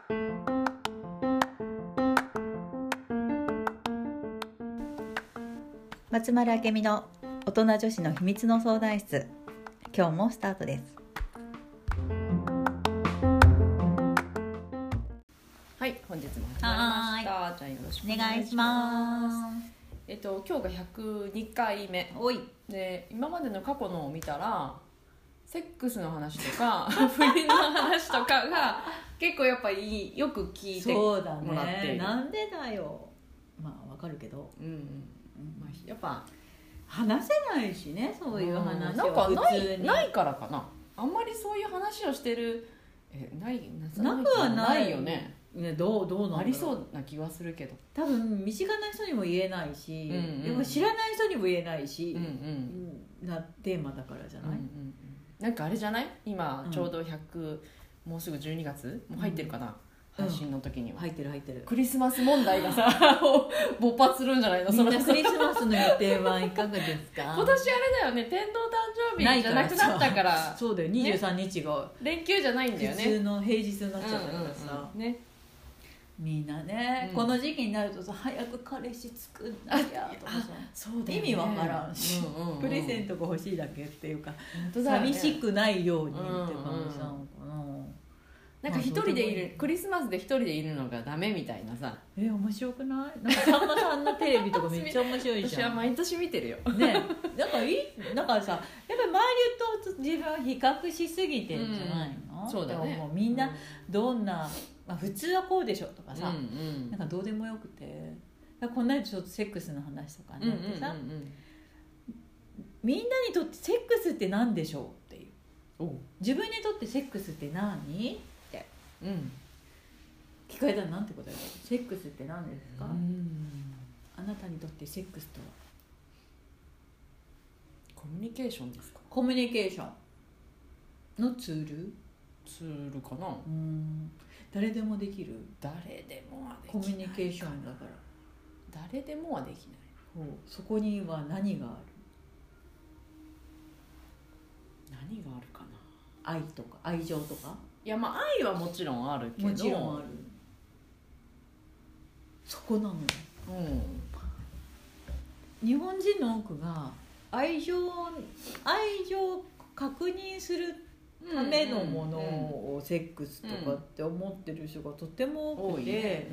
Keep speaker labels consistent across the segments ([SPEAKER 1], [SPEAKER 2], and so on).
[SPEAKER 1] 松丸明美の大人女子の秘密の相談室、今日もスタートです。
[SPEAKER 2] はい、本日も始まりました。じゃあよろしくお願いします。今日が102回目
[SPEAKER 1] おい
[SPEAKER 2] で、今までの過去のを見たらセックスの話とか不倫の話とかが結構やっぱりよく聞いてもらっている。
[SPEAKER 1] そうだね、なんでだよ。まあわかるけど、
[SPEAKER 2] まあ、やっぱ
[SPEAKER 1] 話せないしね、そういう話は
[SPEAKER 2] なんか
[SPEAKER 1] 普通に
[SPEAKER 2] ないからかな。あんまりそういう話をしてる
[SPEAKER 1] なくはない
[SPEAKER 2] よね。
[SPEAKER 1] どうなんだろう。
[SPEAKER 2] ありそうな気はするけど、
[SPEAKER 1] 多分身近な人にも言えないし、でも知らない人にも言えないし、なテーマだからじゃない、
[SPEAKER 2] なんかあれじゃない、今ちょうど100、もうすぐ12月もう入ってるかな、配信の時には
[SPEAKER 1] 入ってる
[SPEAKER 2] クリスマス問題がさ勃発するんじゃないの。
[SPEAKER 1] みんなクリスマスの予定はいかがですか。
[SPEAKER 2] 今年あれだよね、天皇誕生日じゃなくなったから
[SPEAKER 1] そうだよ、23日が
[SPEAKER 2] 連休じゃないんだよね、
[SPEAKER 1] 普通の平日になっちゃったからさ、
[SPEAKER 2] ね、
[SPEAKER 1] みんなね、この時期になるとさ、早く彼氏作んなきゃとかさ、
[SPEAKER 2] そうだよね、
[SPEAKER 1] 意味わからんし、プレゼントが欲しいだけっていうか、
[SPEAKER 2] 本当だよね、
[SPEAKER 1] 寂しくないようにって感じなのかな。
[SPEAKER 2] なんか一人でいる、クリスマスで一人でいるのがダメみたいなさ。
[SPEAKER 1] 面白くない？なんかさんまさんのテレビとかめっちゃ面白いじゃん。
[SPEAKER 2] 私は毎年見てるよ
[SPEAKER 1] ね、なんかだからさ、やっぱり周りと自分は比較しすぎてるんじゃないの？
[SPEAKER 2] そうだね。
[SPEAKER 1] もうみんなどんな、まあ、普通はこうでしょとかさ、なんかどうでもよくて、こんなにちょっとセックスの話とかになってさ、みんなにとってセックスって何でしょうっていう、自分にとってセックスって何？聞かれたらなんて答える？セックスって何ですか？あなたにとってセックスとは？
[SPEAKER 2] コミュニケーションですか？
[SPEAKER 1] コミュニケーションのツール
[SPEAKER 2] かな。
[SPEAKER 1] 誰でもできる？
[SPEAKER 2] 誰でもはでき
[SPEAKER 1] コ
[SPEAKER 2] ない。
[SPEAKER 1] ミュニケーションだから
[SPEAKER 2] 誰でもはできない。
[SPEAKER 1] そこには何がある？
[SPEAKER 2] 何があるかな。
[SPEAKER 1] 愛とか愛情とか？
[SPEAKER 2] いや、まあ愛はもちろんあるけど、
[SPEAKER 1] もちろんある。そこなのよ、日本人の多くが愛情を確認するためのものをセックスとかって思ってる人がとても多くて、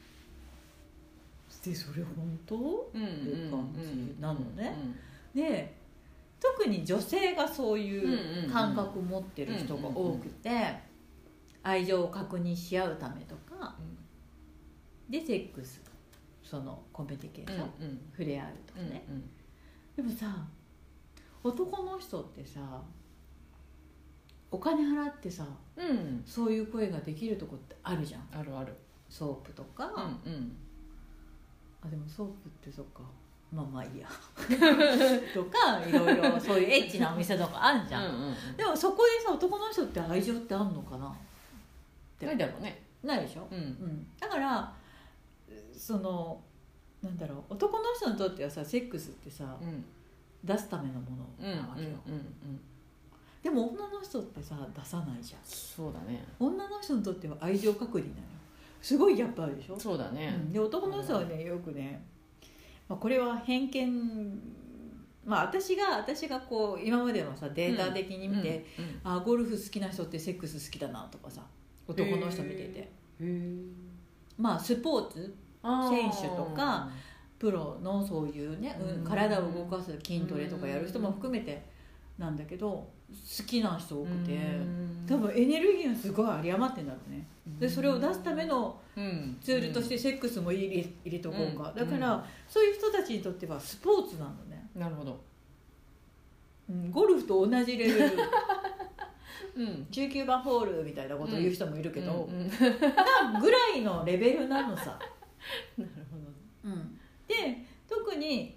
[SPEAKER 1] でそれ本当？っていう感じなのね。で特に女性がそういう感覚を持ってる人が多くて、愛情を確認し合うためとか、でセックス、そのコミュニケーション、触れ合うとかね、でもさ、男の人ってさ、お金払ってさ、そういう声ができるとこってあるじゃん。
[SPEAKER 2] あるある。
[SPEAKER 1] ソープとか、でもソープってそっか、まあいいやとか、いろいろそういうエッチなお店とかあるじゃん。でもそこでさ、男の人って愛情ってあんのかな？
[SPEAKER 2] ないだろうね。
[SPEAKER 1] ないでしょ、だからそのなんだろう、男の人にとってはさ、セックスってさ、出すためのものなわけよ。でも女の人ってさ、出さないじゃん。
[SPEAKER 2] そうだね。
[SPEAKER 1] 女の人にとっては愛情確認なのよ。すごいギャップあるでしょ。
[SPEAKER 2] そうだね、
[SPEAKER 1] で男の人はね、よくね、これは偏見、私がこう今までのさデータ的に見て、ゴルフ好きな人ってセックス好きだなとかさ、男の人見てて、スポーツ選手とかプロのそういうね、体を動かす筋トレとかやる人も含めてなんだけど、好きな人多くて、多分エネルギーがすごい有り余ってんだろうね。でそれを出すためのツールとしてセックスも入れとこうか、だからそういう人たちにとってはスポーツなのね。
[SPEAKER 2] なるほど、
[SPEAKER 1] ゴルフと同じレベル19番ホールみたいなことを言う人もいるけど、ぐらいのレベルなのさ。
[SPEAKER 2] なるほど、
[SPEAKER 1] で特に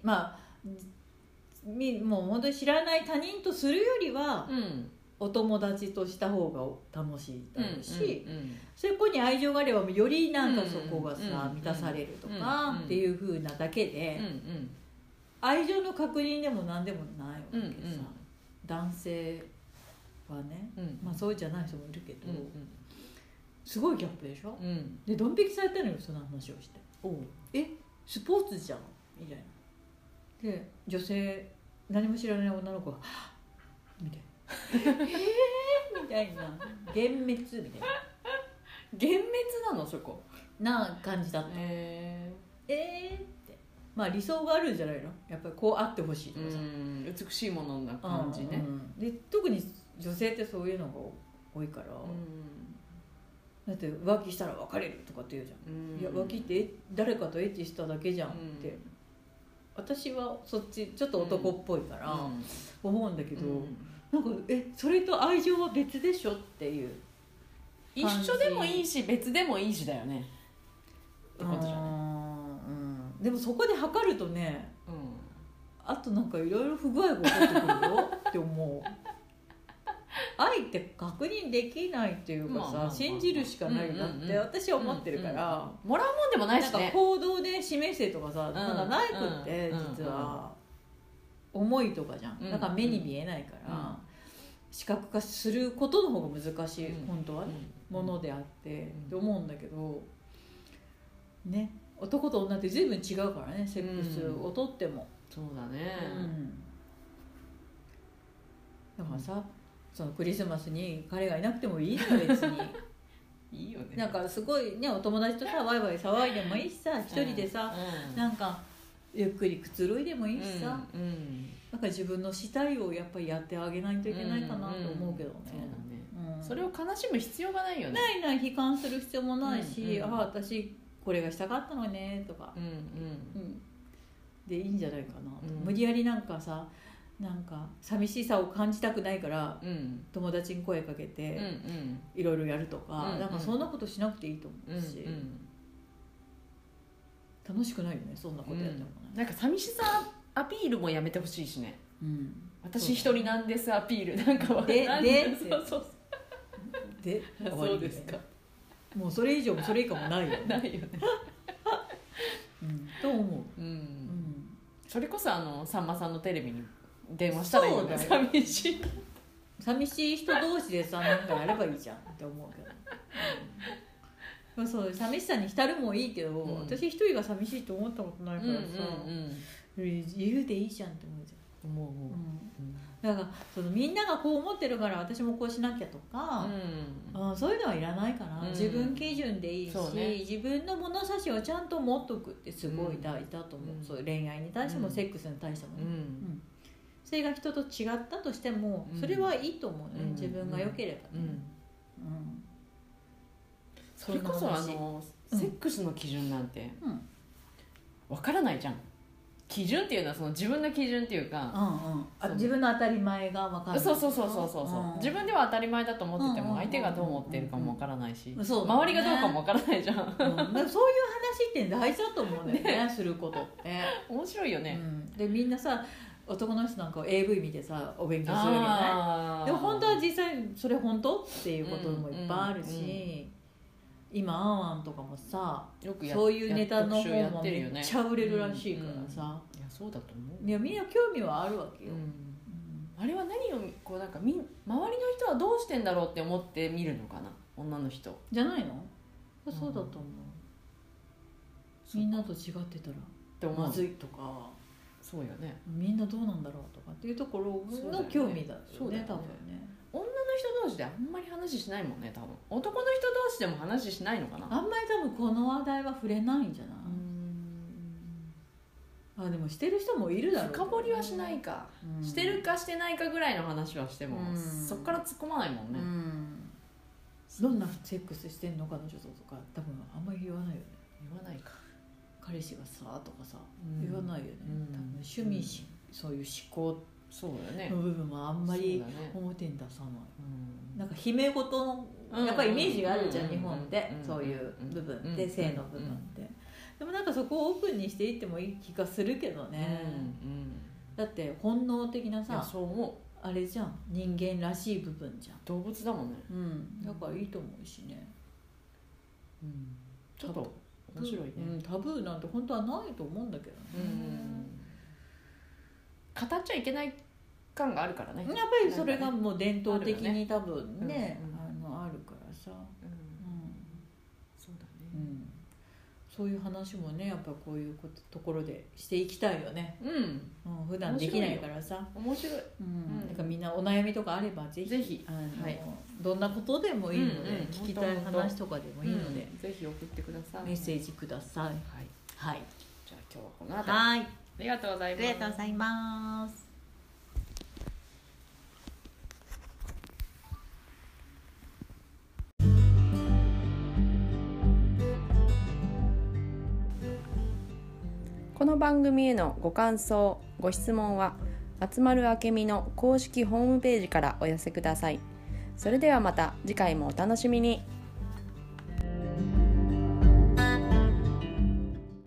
[SPEAKER 1] もう本当に知らない他人とするよりは、お友達とした方が楽しいだろうし、そこに愛情があればよりなんかそこがさ、満たされるとかっていう風なだけで、愛情の確認でも何でもないわけさ、男性はね、そうじゃない人もいるけど、 すごいギャップでしょ、
[SPEAKER 2] うん、
[SPEAKER 1] でドン引きされたのよ、その話をして。
[SPEAKER 2] おう
[SPEAKER 1] スポーツじゃんみたいな。で女性何も知らない女の子がはぁみたいなみたいな、幻滅みたいな
[SPEAKER 2] 幻滅なのそこ
[SPEAKER 1] な感じだった。ってまあ理想があるんじゃないの、やっぱりこうあってほしいとかさ、
[SPEAKER 2] 美しいものな感じね、
[SPEAKER 1] で特に女性ってそういうのが多いから、だって浮気したら別れるとかって言うじゃん、いや浮気って誰かとエッチしただけじゃんって、私はそっちちょっと男っぽいから思うんだけど、なんかそれと愛情は別でしょっていう
[SPEAKER 2] 一緒でもいいし別でもいいしだよねってことじゃない。
[SPEAKER 1] でもそこで測るとね、あとなんかいろいろ不具合が起こってくるよって思う。愛って確認できないっていうかさ、信じるしかないなって私は思ってるから、
[SPEAKER 2] もらうもんでもないしね、
[SPEAKER 1] なんか行動で示せとかさ、なんかないくって実は思いとかじゃん、だから目に見えないから視覚化することの方が難しい、本当はね、ものであってって思うんだけどね、男と女って随分違うからね、セックスをとっても。
[SPEAKER 2] そうだね、
[SPEAKER 1] だからさ、そのクリスマスに彼がいなくてもいいのよ別に
[SPEAKER 2] いいよね、
[SPEAKER 1] なんかすごいね、お友達とさワイワイ騒いでもいいしさ、一人でさ、なんかゆっくりくつろいでもいいしさ、なんか自分のしたいをやっぱりやってあげないといけないかなと思うけどね。
[SPEAKER 2] それを悲しむ必要がないよね。
[SPEAKER 1] ない悲観する必要もないし、ああ私これがしたかったのねとか、でいいんじゃないかなと、無理やりなんかさ、なんか寂しさを感じたくないから、友達に声かけていろいろやるとか、なんかそんなことしなくていいと思うし、楽しくないよね、そんなことやってもね。
[SPEAKER 2] なんか寂しさアピールもやめてほしいしね、私一人なんですアピールなんかは
[SPEAKER 1] で
[SPEAKER 2] そうですか、
[SPEAKER 1] もうそれ以上もそれ以下もないよね
[SPEAKER 2] ないよね
[SPEAKER 1] と思う。
[SPEAKER 2] それこそさんまさんのテレビに電話したらいいよね。寂
[SPEAKER 1] しい人同士でさ、なんかやればいいじゃんって思うけど、そう寂しさに浸るもいいけど、私一人が寂しいと思ったことないからさ、自由でいいじゃんって思うじゃん。だからそのみんながこう思ってるから私もこうしなきゃとか、そういうのはいらないかな、自分基準でいいし、自分の物差しをちゃんと持っとくってすごい大事だと思う、そういう恋愛に対してもセックスに対してもね、それが人と違ったとしてもそれはいいと思うね、自分が良ければね。
[SPEAKER 2] それこそセックスの基準なんてわからないじゃん。基準っていうのはその自分の基準っていうか、
[SPEAKER 1] 自分の当たり前が分かんない。
[SPEAKER 2] そう、自分では当たり前だと思ってても相手がどう思ってるかも分からないし、周りがどうかも分からないじゃん。
[SPEAKER 1] そういう話って大事だと思うんだよね、することって
[SPEAKER 2] 面白いよね。
[SPEAKER 1] でみんなさ、男の人なんか AV 見てさお勉強するわけじゃない。でも本当は実際それ本当っていうこともいっぱいあるし、今アンアンとかもさ、そういうネタの方もめっちゃ売れるらしいからさ、
[SPEAKER 2] いやそうだと思う。
[SPEAKER 1] いやみんな興味はあるわけよ。
[SPEAKER 2] あれは何をこうなんか周りの人はどうしてんだろうって思って見るのかな、女の人
[SPEAKER 1] じゃないの。そうだと思う。みんなと違ってたらまずいとか、
[SPEAKER 2] そうよね、
[SPEAKER 1] みんなどうなんだろうとかっていうところの興味だよね、多分ね。
[SPEAKER 2] 女の人同士であんまり話しないもんね、多分。男の人同士でも話しないのかな。
[SPEAKER 1] あんまり多分この話題は触れないんじゃない。でもしてる人もいるだろう、
[SPEAKER 2] 深掘りはしないか、してるかしてないかぐらいの話はしても、そっから突っ込まないもんね。どんなセックスしてんの彼女とか多分あんまり言わないよね。 言わないか。
[SPEAKER 1] 彼氏がさとかさ、言わないよね。多分趣味そういう思考の部分はあんまり表に出さない。なんか秘め事のやっぱりイメージがあるじゃん、日本でそういう部分で、性の部分って。でもなんかそこをオープンにしていってもいい気がするけどね。だって本能的なさ、あれじゃん、人間らしい部分じゃん。
[SPEAKER 2] 動物だもんね。
[SPEAKER 1] だからいいと思うしね。
[SPEAKER 2] ちょっと面白いね。
[SPEAKER 1] タブーなんて本当はないと思うんだけどね。
[SPEAKER 2] 語っちゃいけない感があるからね。
[SPEAKER 1] やっぱりそれがもう伝統的に多分ね、あるからさ。 そういう話もねやっぱこういうところでしていきたいよね、普段できないからさ。
[SPEAKER 2] 面白い。
[SPEAKER 1] だからみんなお悩みとかあればぜひどんなことでもいいので、聞きたい話とかでもいいので、
[SPEAKER 2] ぜひ送ってください。
[SPEAKER 1] メッセージください。はい、
[SPEAKER 2] じゃあ今日はこの辺り。はい、ありがとうございます。
[SPEAKER 1] ありがとうございます。
[SPEAKER 2] この番組へのご感想、ご質問は集まるあけみの公式ホームページからお寄せください。それではまた次回もお楽しみに。